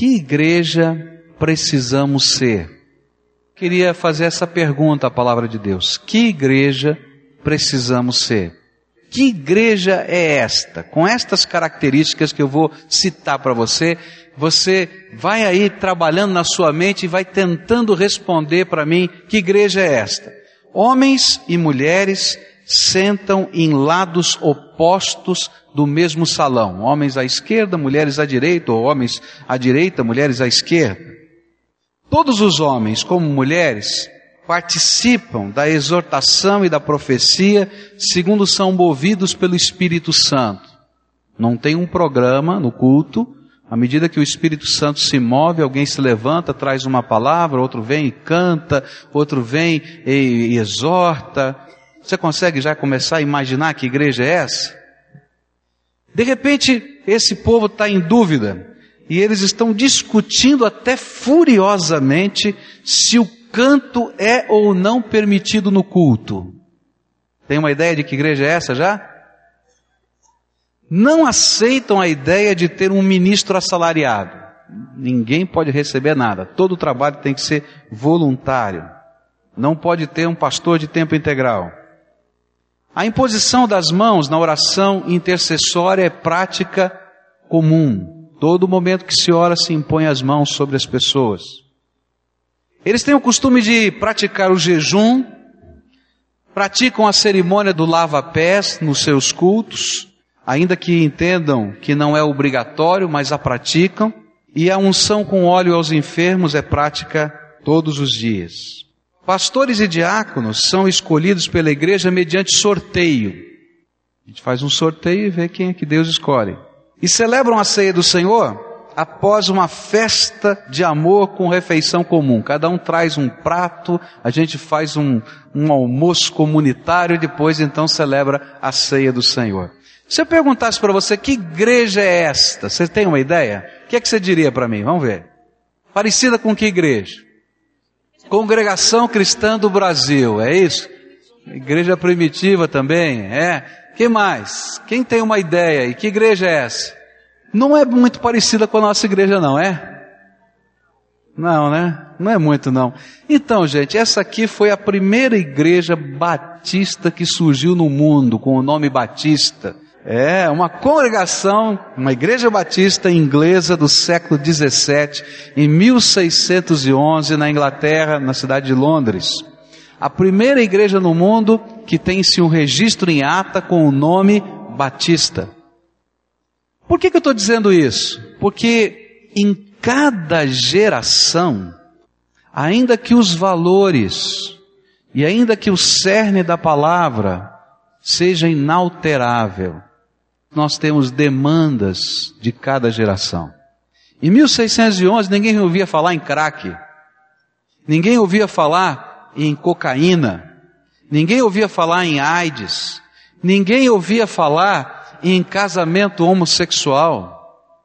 Que igreja precisamos ser? Queria fazer essa pergunta à palavra de Deus. Que igreja precisamos ser? Que igreja é esta? Com estas características que eu vou citar para você, você vai aí trabalhando na sua mente e vai tentando responder para mim, que igreja é esta? Homens e mulheres sentam em lados opostos do mesmo salão. Homens à esquerda, mulheres à direita, ou homens à direita, mulheres à esquerda. Todos os homens, como mulheres, participam da exortação e da profecia, segundo são movidos pelo Espírito Santo. Não tem um programa no culto. À medida que o Espírito Santo se move, alguém se levanta, traz uma palavra, outro vem e canta, outro vem e exorta. Você consegue já começar a imaginar que igreja é essa? De repente, esse povo está em dúvida, e eles estão discutindo até furiosamente se o canto é ou não permitido no culto. Tem uma ideia de que igreja é essa já? Não aceitam a ideia de ter um ministro assalariado. Ninguém pode receber nada. Todo o trabalho tem que ser voluntário. Não pode ter um pastor de tempo integral. A imposição das mãos na oração intercessória é prática comum. Todo momento que se ora se impõe as mãos sobre as pessoas. Eles têm o costume de praticar o jejum, praticam a cerimônia do lava-pés nos seus cultos, ainda que entendam que não é obrigatório, mas a praticam, e a unção com óleo aos enfermos é prática todos os dias. Pastores e diáconos são escolhidos pela igreja mediante sorteio. A gente faz um sorteio e vê quem é que Deus escolhe. E celebram a ceia do Senhor após uma festa de amor com refeição comum. Cada um traz um prato, a gente faz um almoço comunitário e depois então celebra a ceia do Senhor. Se eu perguntasse para você, que igreja é esta? Você tem uma ideia? O que é que você diria para mim? Vamos ver. Parecida com que igreja? Congregação Cristã do Brasil, é isso? Igreja primitiva também, é? Que mais? Quem tem uma ideia? E que igreja é essa? Não é muito parecida com a nossa igreja não, é? Não, né? Não é muito não. Então, gente, essa aqui foi a primeira igreja batista que surgiu no mundo, com o nome Batista. É, uma congregação, uma igreja batista inglesa do século 17, em 1611, na Inglaterra, na cidade de Londres. A primeira igreja no mundo que tem-se um registro em ata com o nome Batista. Por que eu estou dizendo isso? Porque em cada geração, ainda que os valores e ainda que o cerne da palavra seja inalterável, nós temos demandas de cada geração. Em 1611 ninguém ouvia falar em crack, ninguém ouvia falar em cocaína, ninguém ouvia falar em AIDS, ninguém ouvia falar em casamento homossexual.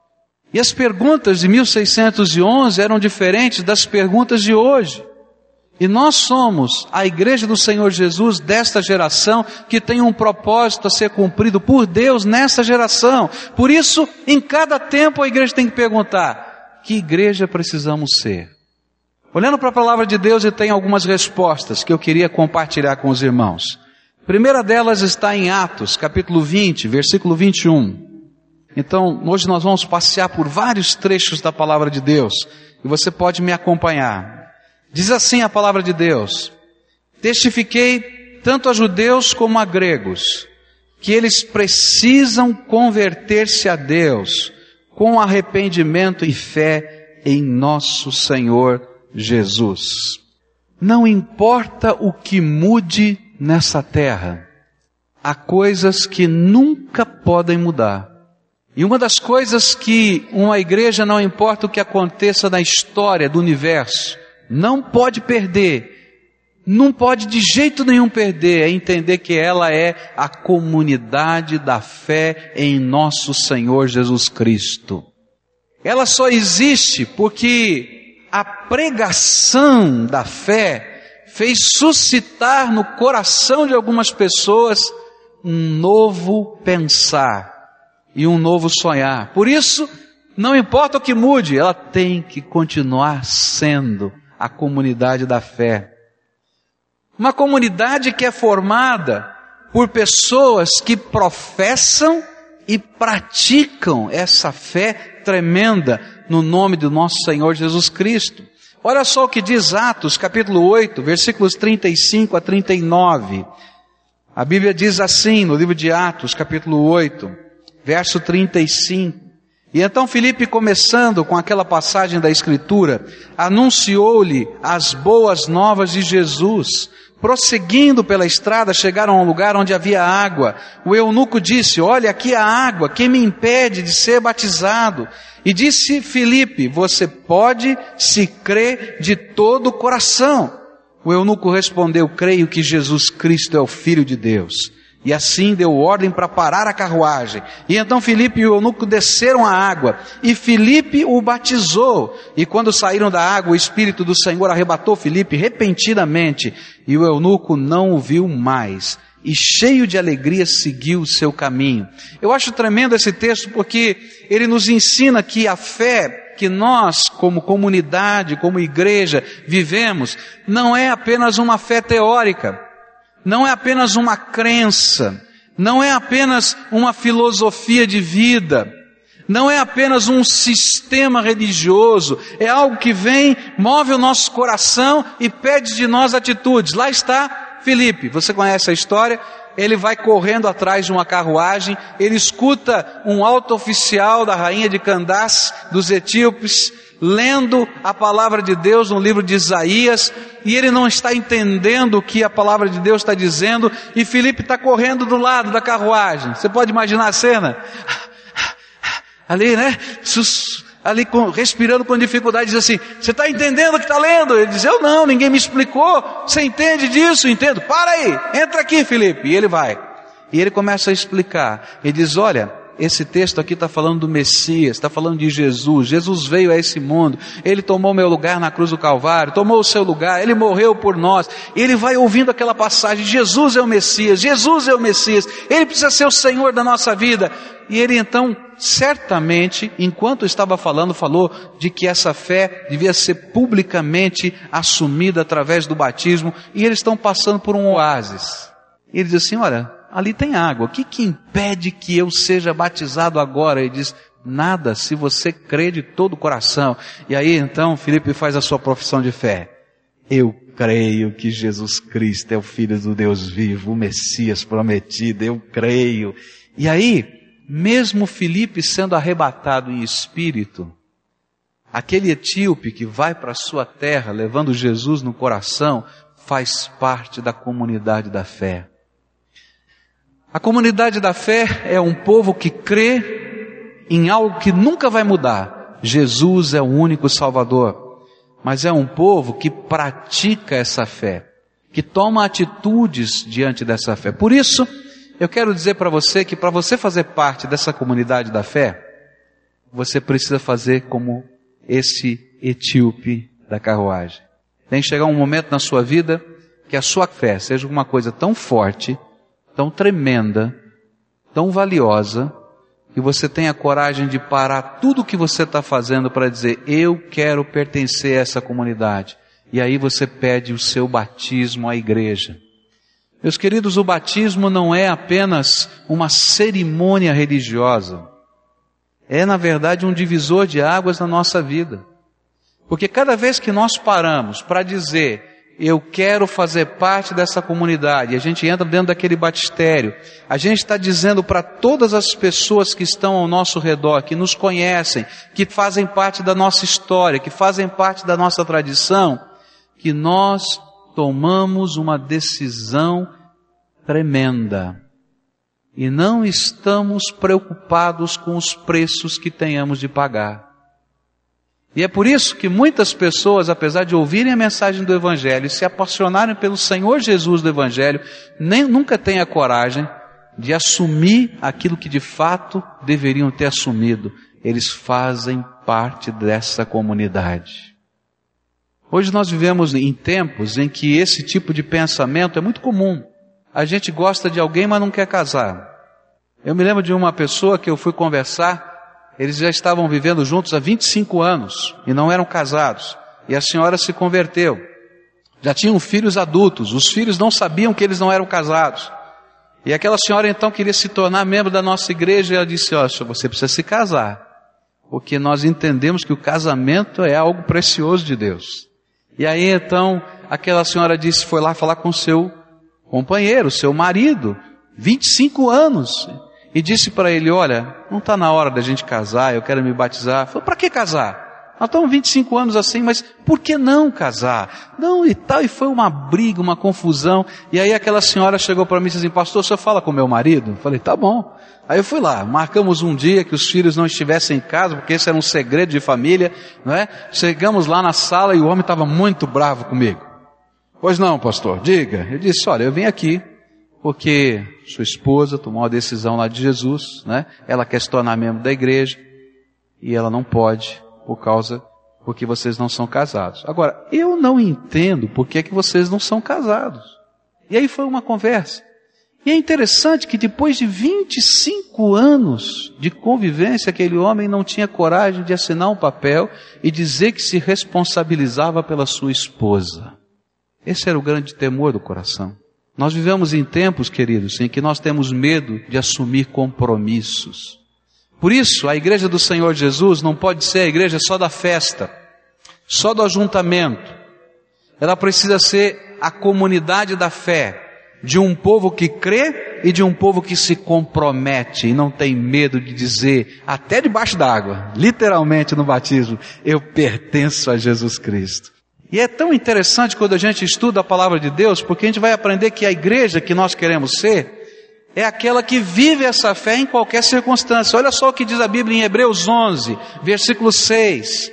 E as perguntas de 1611 eram diferentes das perguntas de hoje. E nós somos a igreja do Senhor Jesus desta geração que tem um propósito a ser cumprido por Deus nessa geração. Por isso, em cada tempo a igreja tem que perguntar, que igreja precisamos ser? Olhando para a palavra de Deus, eu tenho algumas respostas que eu queria compartilhar com os irmãos. A primeira delas está em Atos, capítulo 20, versículo 21. Então, hoje nós vamos passear por vários trechos da palavra de Deus, e você pode me acompanhar. Diz assim a palavra de Deus: testifiquei tanto a judeus como a gregos, que eles precisam converter-se a Deus, com arrependimento e fé em nosso Senhor Jesus. Não importa o que mude nessa terra, há coisas que nunca podem mudar. E uma das coisas que uma igreja, não importa o que aconteça na história do universo, não pode perder, não pode de jeito nenhum perder, é entender que ela é a comunidade da fé em nosso Senhor Jesus Cristo. Ela só existe porque a pregação da fé fez suscitar no coração de algumas pessoas um novo pensar e um novo sonhar. Por isso, Não importa o que mude, ela tem que continuar sendo a comunidade da fé. Uma comunidade que é formada por pessoas que professam e praticam essa fé tremenda no nome do nosso Senhor Jesus Cristo. Olha só o que diz Atos, capítulo 8, versículos 35 a 39. A Bíblia diz assim, no livro de Atos, capítulo 8, verso 35. E então Filipe, começando com aquela passagem da Escritura, anunciou-lhe as boas novas de Jesus. Prosseguindo pela estrada, chegaram a um lugar onde havia água. O eunuco disse: olha, aqui há água, quem me impede de ser batizado? E disse Filipe: você pode, se crê de todo o coração. O eunuco respondeu: creio que Jesus Cristo é o Filho de Deus. E assim deu ordem para parar a carruagem. E então Filipe e o eunuco desceram à água, e Filipe o batizou. E quando saíram da água, o Espírito do Senhor arrebatou Filipe repentinamente, e o eunuco não o viu mais. E cheio de alegria seguiu o seu caminho. Eu acho tremendo esse texto porque ele nos ensina que a fé que nós, como comunidade, como igreja, vivemos, não é apenas uma fé teórica. Não é apenas uma crença, não é apenas uma filosofia de vida, não é apenas um sistema religioso, é algo que vem, move o nosso coração e pede de nós atitudes. Lá está Filipe, você conhece a história? Ele vai correndo atrás de uma carruagem, ele escuta um alto oficial da rainha de Candace, dos etíopes, lendo a palavra de Deus no livro de Isaías, e ele não está entendendo o que a palavra de Deus está dizendo, e Filipe está correndo do lado da carruagem. Você pode imaginar a cena? Ali, né? Respirando com dificuldade, diz assim: você está entendendo o que está lendo? Ele diz: eu não, ninguém me explicou. Você entende disso? Entendo. Para aí, entra aqui, Filipe. E ele vai. E ele começa a explicar. Ele diz: olha, esse texto aqui está falando do Messias, está falando de Jesus. Jesus veio a esse mundo, Ele tomou meu lugar na cruz do Calvário, tomou o seu lugar, Ele morreu por nós. E ele vai ouvindo aquela passagem: Jesus é o Messias, Jesus é o Messias, Ele precisa ser o Senhor da nossa vida. E ele então, certamente, enquanto estava falando, falou de que essa fé devia ser publicamente assumida através do batismo, e eles estão passando por um oásis. E ele diz assim: olha, ali tem água, o que impede que eu seja batizado agora? Ele diz: nada, se você crê de todo o coração. E aí então Filipe faz a sua profissão de fé: eu creio que Jesus Cristo é o Filho do Deus vivo, o Messias prometido, eu creio. E aí, mesmo Filipe sendo arrebatado em espírito, aquele etíope que vai para a sua terra levando Jesus no coração, faz parte da comunidade da fé. A comunidade da fé é um povo que crê em algo que nunca vai mudar. Jesus é o único Salvador. Mas é um povo que pratica essa fé, que toma atitudes diante dessa fé. Por isso, eu quero dizer para você que para você fazer parte dessa comunidade da fé, você precisa fazer como esse etíope da carruagem. Tem que chegar um momento na sua vida que a sua fé seja uma coisa tão forte, tão tremenda, tão valiosa, que você tenha coragem de parar tudo o que você está fazendo para dizer: eu quero pertencer a essa comunidade. E aí você pede o seu batismo à igreja. Meus queridos, o batismo não é apenas uma cerimônia religiosa. É, na verdade, um divisor de águas na nossa vida. Porque cada vez que nós paramos para dizer: eu quero fazer parte dessa comunidade, a gente entra dentro daquele batistério, a gente está dizendo para todas as pessoas que estão ao nosso redor, que nos conhecem, que fazem parte da nossa história, que fazem parte da nossa tradição, que nós tomamos uma decisão tremenda e não estamos preocupados com os preços que tenhamos de pagar. E é por isso que muitas pessoas, apesar de ouvirem a mensagem do Evangelho e se apaixonarem pelo Senhor Jesus do Evangelho, nunca têm a coragem de assumir aquilo que de fato deveriam ter assumido. Eles fazem parte dessa comunidade. Hoje nós vivemos em tempos em que esse tipo de pensamento é muito comum. A gente gosta de alguém, mas não quer casar. Eu me lembro de uma pessoa que eu fui conversar. Eles já estavam vivendo juntos há 25 anos e não eram casados. E a senhora se converteu. Já tinham filhos adultos. Os filhos não sabiam que eles não eram casados. E aquela senhora então queria se tornar membro da nossa igreja e ela disse, você precisa se casar. Porque nós entendemos que o casamento é algo precioso de Deus. E aí então aquela senhora foi lá falar com seu companheiro, seu marido, 25 anos. E disse para ele, olha, não está na hora da gente casar, eu quero me batizar. Falou, para que casar? Nós estamos 25 anos assim, mas por que não casar? Não, e tal, e foi uma briga, uma confusão. E aí aquela senhora chegou para mim e disse assim, pastor, o senhor fala com meu marido? Eu falei, tá bom. Aí eu fui lá, marcamos um dia que os filhos não estivessem em casa, porque esse era um segredo de família, não é? Chegamos lá na sala e o homem estava muito bravo comigo. Pois não, pastor, diga. Eu disse, olha, eu vim aqui porque sua esposa tomou uma decisão lá de Jesus, né? Ela quer se tornar membro da igreja e ela não pode porque vocês não são casados. Agora, eu não entendo por que vocês não são casados. E aí foi uma conversa. E é interessante que depois de 25 anos de convivência, aquele homem não tinha coragem de assinar um papel e dizer que se responsabilizava pela sua esposa. Esse era o grande temor do coração. Nós vivemos em tempos, queridos, em que nós temos medo de assumir compromissos. Por isso, a igreja do Senhor Jesus não pode ser a igreja só da festa, só do ajuntamento. Ela precisa ser a comunidade da fé, de um povo que crê e de um povo que se compromete e não tem medo de dizer, até debaixo d'água, literalmente no batismo, eu pertenço a Jesus Cristo. E é tão interessante quando a gente estuda a palavra de Deus, porque a gente vai aprender que a igreja que nós queremos ser é aquela que vive essa fé em qualquer circunstância. Olha só o que diz a Bíblia em Hebreus 11, versículo 6.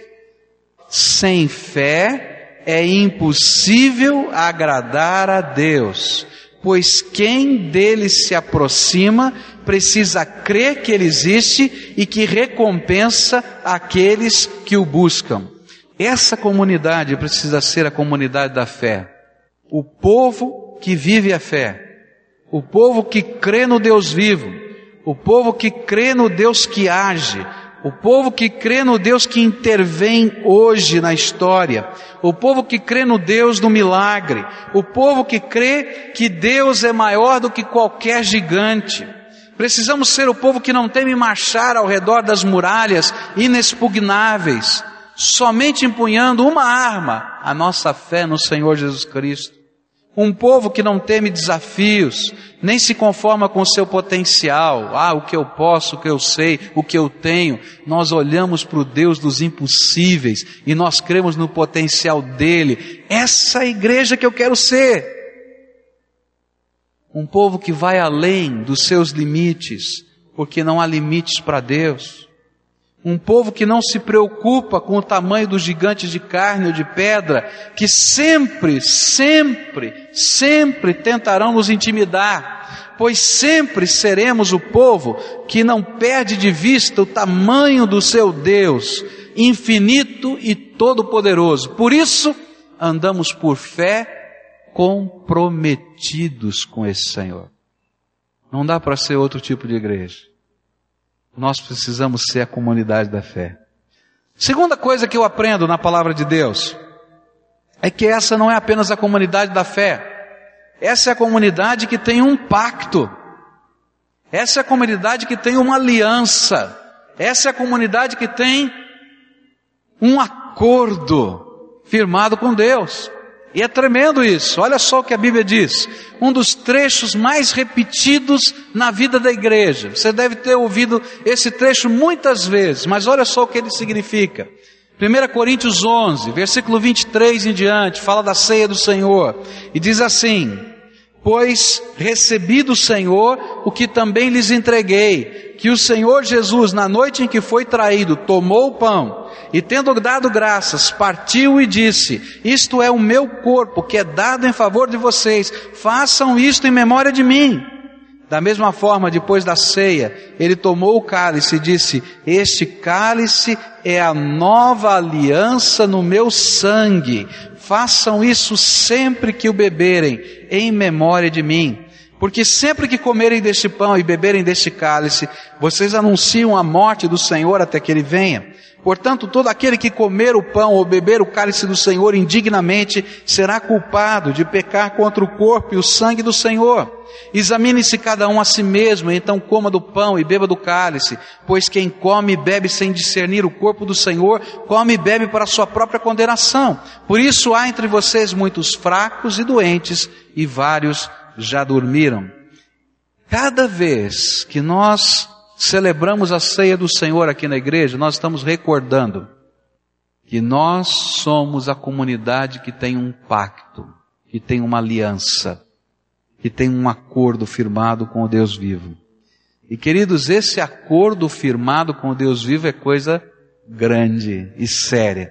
Sem fé é impossível agradar a Deus, pois quem dele se aproxima precisa crer que ele existe e que recompensa aqueles que o buscam. Essa comunidade precisa ser a comunidade da fé. O povo que vive a fé. O povo que crê no Deus vivo, o povo que crê no Deus que age, o povo que crê no Deus que intervém hoje na história, o povo que crê no Deus do milagre, o povo que crê que Deus é maior do que qualquer gigante. Precisamos ser o povo que não teme marchar ao redor das muralhas inexpugnáveis, somente empunhando uma arma, a nossa fé no Senhor Jesus Cristo. Um povo que não teme desafios, nem se conforma com o seu potencial. O que eu posso, o que eu sei, o que eu tenho. Nós olhamos para o Deus dos impossíveis e nós cremos no potencial dele. Essa é a igreja que eu quero ser. Um povo que vai além dos seus limites, porque não há limites para Deus. Um povo que não se preocupa com o tamanho dos gigantes de carne ou de pedra, que sempre tentarão nos intimidar, pois sempre seremos o povo que não perde de vista o tamanho do seu Deus, infinito e todo-poderoso. Por isso, andamos por fé comprometidos com esse Senhor. Não dá para ser outro tipo de igreja. Nós precisamos ser a comunidade da fé. Segunda coisa que eu aprendo na palavra de Deus é que essa não é apenas a comunidade da fé. Essa é a comunidade que tem um pacto. Essa é a comunidade que tem uma aliança. Essa é a comunidade que tem um acordo firmado com Deus. E é tremendo isso. Olha só o que a Bíblia diz. Um dos trechos mais repetidos na vida da igreja. Você deve ter ouvido esse trecho muitas vezes, mas olha só o que ele significa. 1 Coríntios 11, versículo 23 em diante, fala da ceia do Senhor. E diz assim: pois recebi do Senhor o que também lhes entreguei, que o Senhor Jesus, na noite em que foi traído, tomou o pão, e tendo dado graças, partiu e disse: isto é o meu corpo, que é dado em favor de vocês, façam isto em memória de mim. Da mesma forma, depois da ceia, ele tomou o cálice e disse: este cálice é a nova aliança no meu sangue, façam isso sempre que o beberem, em memória de mim. Porque sempre que comerem deste pão e beberem deste cálice, vocês anunciam a morte do Senhor até que Ele venha. Portanto, todo aquele que comer o pão ou beber o cálice do Senhor indignamente, será culpado de pecar contra o corpo e o sangue do Senhor. Examine-se cada um a si mesmo, e então coma do pão e beba do cálice, pois quem come e bebe sem discernir o corpo do Senhor, come e bebe para a sua própria condenação. Por isso há entre vocês muitos fracos e doentes, e vários já dormiram. Cada vez que nós celebramos a ceia do Senhor aqui na igreja, nós estamos recordando que nós somos a comunidade que tem um pacto, que tem uma aliança, que tem um acordo firmado com o Deus vivo. E queridos, esse acordo firmado com o Deus vivo é coisa grande e séria,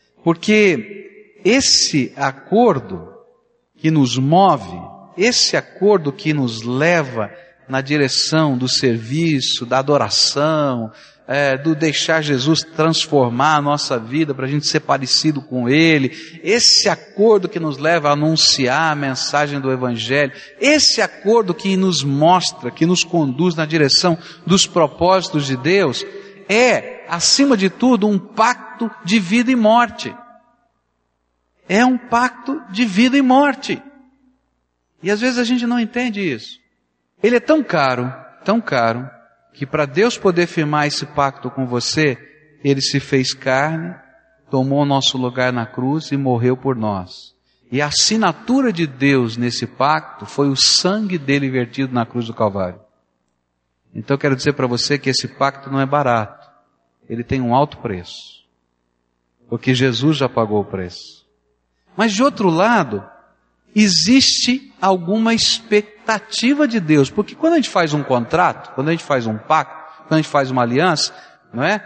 porque esse acordo que nos move, esse acordo que nos leva na direção do serviço, da adoração, do deixar Jesus transformar a nossa vida para a gente ser parecido com Ele, esse acordo que nos leva a anunciar a mensagem do Evangelho, esse acordo que nos mostra, que nos conduz na direção dos propósitos de Deus, é, acima de tudo, um pacto de vida e morte. É um pacto de vida e morte. E às vezes a gente não entende isso. Ele é tão caro, que para Deus poder firmar esse pacto com você, Ele se fez carne, tomou o nosso lugar na cruz e morreu por nós. E a assinatura de Deus nesse pacto foi o sangue dele vertido na cruz do Calvário. Então eu quero dizer para você que esse pacto não é barato. Ele tem um alto preço. Porque Jesus já pagou o preço. Mas de outro lado, existe alguma expectativa de Deus, porque quando a gente faz um contrato, quando a gente faz um pacto, quando a gente faz uma aliança, não é?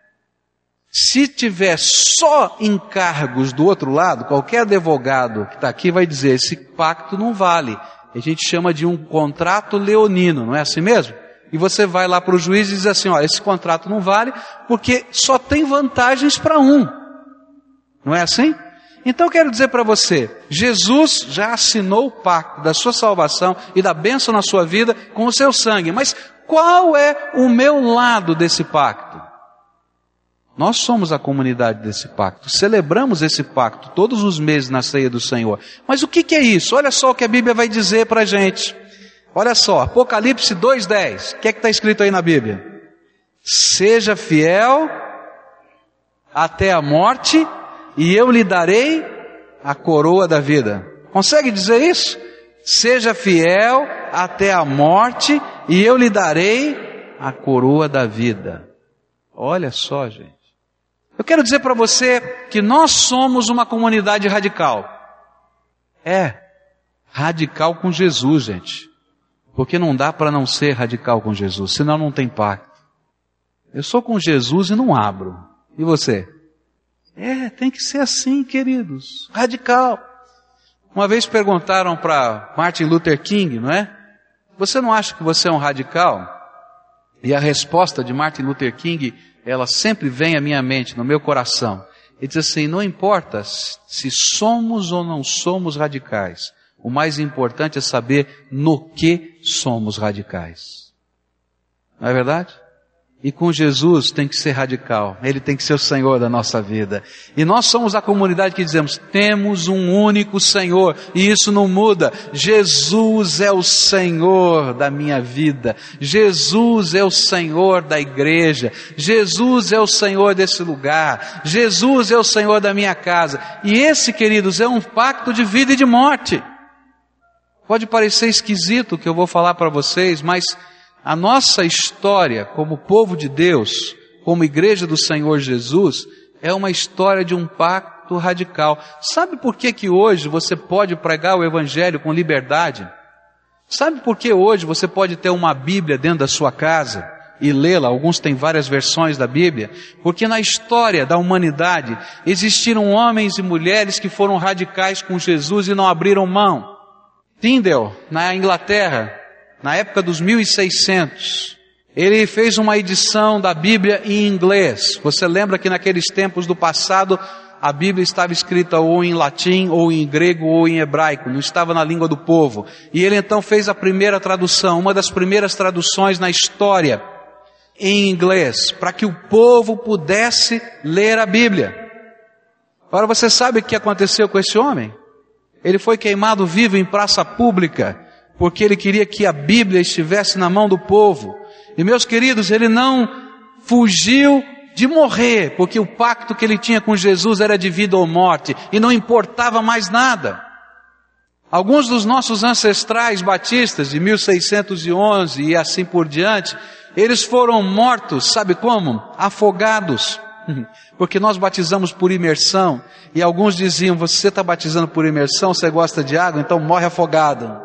Se tiver só encargos do outro lado, qualquer advogado que está aqui vai dizer, esse pacto não vale. A gente chama de um contrato leonino, não é assim mesmo? E você vai lá para o juiz e diz assim, olha, esse contrato não vale porque só tem vantagens para um. Não é assim? Então eu quero dizer para você, Jesus já assinou o pacto da sua salvação e da bênção na sua vida com o seu sangue. Mas qual é o meu lado desse pacto? Nós somos a comunidade desse pacto. Celebramos esse pacto todos os meses na ceia do Senhor. Mas o que é isso? Olha só o que a Bíblia vai dizer para a gente. Olha só, Apocalipse 2:10. O que é que está escrito aí na Bíblia? Seja fiel até a morte e eu lhe darei a coroa da vida. Consegue dizer isso? Seja fiel até a morte e eu lhe darei a coroa da vida. Olha só, gente. Eu quero dizer para você que nós somos uma comunidade radical. Radical com Jesus, gente. Porque não dá para não ser radical com Jesus, senão não tem pacto. Eu sou com Jesus e não abro. E você? Tem que ser assim, queridos. Radical. Uma vez perguntaram para Martin Luther King, não é? Você não acha que você é um radical? E a resposta de Martin Luther King, ela sempre vem à minha mente, no meu coração. Ele diz assim, não importa se somos ou não somos radicais. O mais importante é saber no que somos radicais. Não é verdade? E com Jesus tem que ser radical. Ele tem que ser o Senhor da nossa vida. E nós somos a comunidade que dizemos, temos um único Senhor. E isso não muda. Jesus é o Senhor da minha vida. Jesus é o Senhor da igreja. Jesus é o Senhor desse lugar. Jesus é o Senhor da minha casa. E esse, queridos, é um pacto de vida e de morte. Pode parecer esquisito o que eu vou falar para vocês, mas a nossa história como povo de Deus, como igreja do Senhor Jesus, é uma história de um pacto radical. Sabe por que hoje você pode pregar o Evangelho com liberdade? Sabe por que hoje você pode ter uma Bíblia dentro da sua casa e lê-la? Alguns têm várias versões da Bíblia. Porque na história da humanidade existiram homens e mulheres que foram radicais com Jesus e não abriram mão. Tyndale, na Inglaterra, na época dos 1600, ele fez uma edição da Bíblia em inglês. Você lembra que naqueles tempos do passado, a Bíblia estava escrita ou em latim, ou em grego, ou em hebraico, não estava na língua do povo. E ele então fez a primeira tradução, uma das primeiras traduções na história, em inglês, para que o povo pudesse ler a Bíblia. Agora você sabe o que aconteceu com esse homem? Ele foi queimado vivo em praça pública, porque ele queria que a Bíblia estivesse na mão do povo. E meus queridos, ele não fugiu de morrer, porque o pacto que ele tinha com Jesus era de vida ou morte, e não importava mais nada. Alguns dos nossos ancestrais batistas, de 1611 e assim por diante, eles foram mortos, sabe como? Afogados. Porque nós batizamos por imersão, e alguns diziam, você está batizando por imersão, você gosta de água, então morre afogado.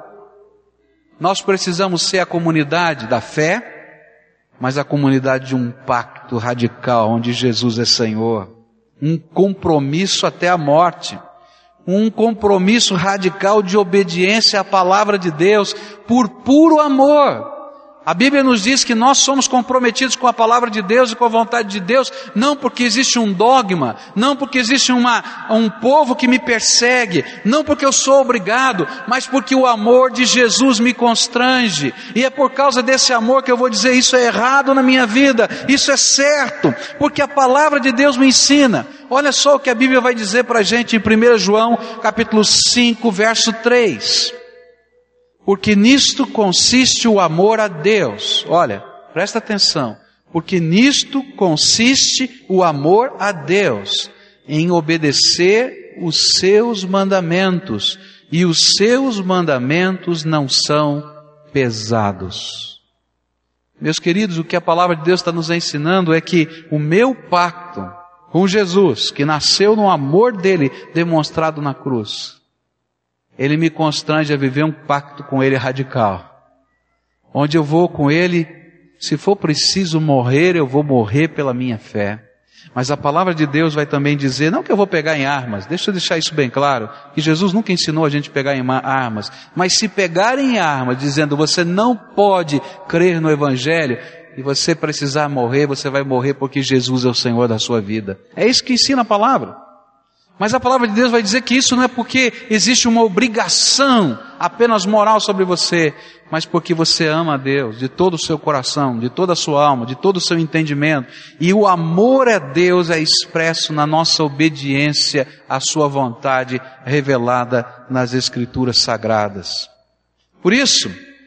Nós precisamos ser a comunidade da fé, mas a comunidade de um pacto radical, onde Jesus é Senhor. Um compromisso até a morte. Um compromisso radical de obediência à palavra de Deus, por puro amor. A Bíblia nos diz que nós somos comprometidos com a palavra de Deus e com a vontade de Deus, não porque existe um dogma, não porque existe um povo que me persegue, não porque eu sou obrigado, mas porque o amor de Jesus me constrange. E é por causa desse amor que eu vou dizer, isso é errado na minha vida, isso é certo, porque a palavra de Deus me ensina. Olha só o que a Bíblia vai dizer para a gente em 1 João, capítulo 5, verso 3. Porque nisto consiste o amor a Deus. Olha, presta atenção. Porque nisto consiste o amor a Deus, em obedecer os seus mandamentos. E os seus mandamentos não são pesados. Meus queridos, o que a palavra de Deus está nos ensinando é que o meu pacto com Jesus, que nasceu no amor dele demonstrado na cruz, ele me constrange a viver um pacto com ele radical, onde eu vou com ele, se for preciso morrer, eu vou morrer pela minha fé. Mas a palavra de Deus vai também dizer, não que eu vou pegar em armas, deixa eu deixar isso bem claro, que Jesus nunca ensinou a gente a pegar em armas, mas se pegar em armas, dizendo você não pode crer no Evangelho, e você precisar morrer, você vai morrer porque Jesus é o Senhor da sua vida. É isso que ensina a palavra. Mas a palavra de Deus vai dizer que isso não é porque existe uma obrigação apenas moral sobre você, mas porque você ama a Deus de todo o seu coração, de toda a sua alma, de todo o seu entendimento. E o amor a Deus é expresso na nossa obediência à sua vontade revelada nas Escrituras Sagradas. Por isso,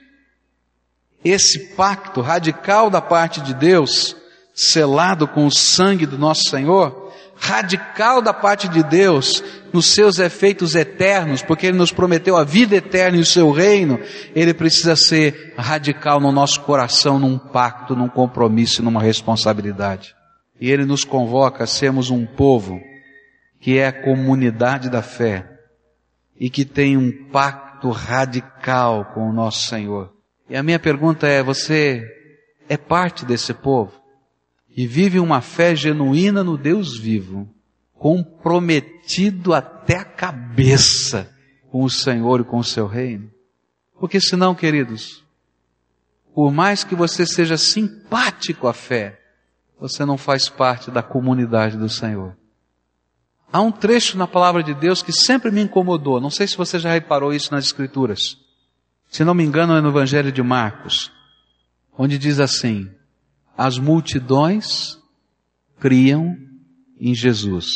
esse pacto radical da parte de Deus, selado com o sangue do nosso Senhor, radical da parte de Deus, nos seus efeitos eternos, porque Ele nos prometeu a vida eterna e o seu reino, Ele precisa ser radical no nosso coração, num pacto, num compromisso, numa responsabilidade. E Ele nos convoca a sermos um povo que é a comunidade da fé e que tem um pacto radical com o nosso Senhor. E a minha pergunta é, você é parte desse povo? E vive uma fé genuína no Deus vivo, comprometido até a cabeça com o Senhor e com o seu reino. Porque senão, queridos, por mais que você seja simpático à fé, você não faz parte da comunidade do Senhor. Há um trecho na palavra de Deus que sempre me incomodou, não sei se você já reparou isso nas Escrituras. Se não me engano é no Evangelho de Marcos, onde diz assim, as multidões criam em Jesus,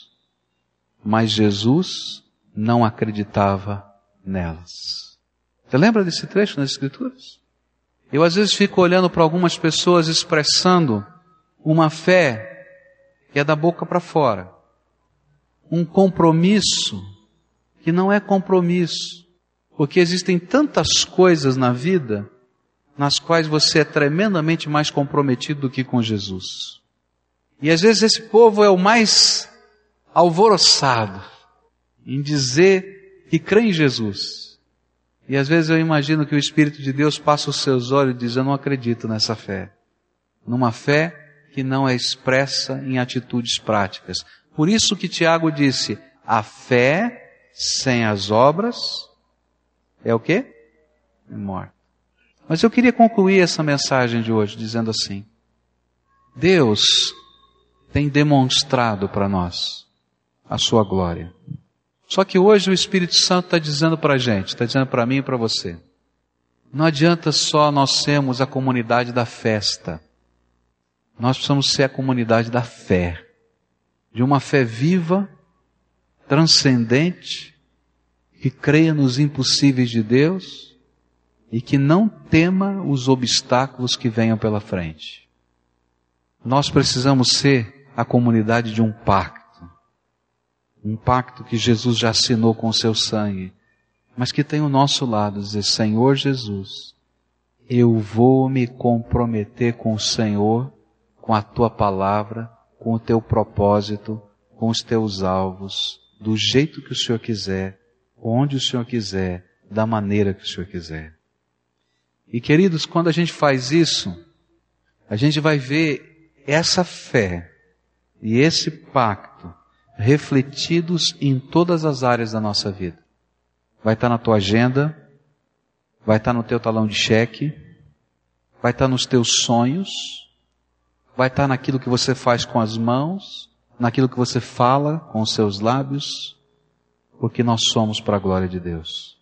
mas Jesus não acreditava nelas. Você lembra desse trecho nas Escrituras? Eu às vezes fico olhando para algumas pessoas expressando uma fé que é da boca para fora, um compromisso que não é compromisso, porque existem tantas coisas na vida nas quais você é tremendamente mais comprometido do que com Jesus. E às vezes esse povo é o mais alvoroçado em dizer que crê em Jesus. E às vezes eu imagino que o Espírito de Deus passa os seus olhos e diz, eu não acredito nessa fé. Numa fé que não é expressa em atitudes práticas. Por isso que Tiago disse, a fé sem as obras é o quê? É morte. Mas eu queria concluir essa mensagem de hoje dizendo assim, Deus tem demonstrado para nós a sua glória. Só que hoje o Espírito Santo está dizendo para a gente, está dizendo para mim e para você, não adianta só nós sermos a comunidade da festa. Nós precisamos ser a comunidade da fé. De uma fé viva, transcendente, que creia nos impossíveis de Deus e que não tema os obstáculos que venham pela frente. Nós precisamos ser a comunidade de um pacto que Jesus já assinou com o seu sangue, mas que tem o nosso lado, dizer, Senhor Jesus, eu vou me comprometer com o Senhor, com a tua palavra, com o teu propósito, com os teus alvos, do jeito que o Senhor quiser, onde o Senhor quiser, da maneira que o Senhor quiser. E queridos, quando a gente faz isso, a gente vai ver essa fé e esse pacto refletidos em todas as áreas da nossa vida. Vai estar na tua agenda, vai estar no teu talão de cheque, vai estar nos teus sonhos, vai estar naquilo que você faz com as mãos, naquilo que você fala com os seus lábios, porque nós somos para a glória de Deus.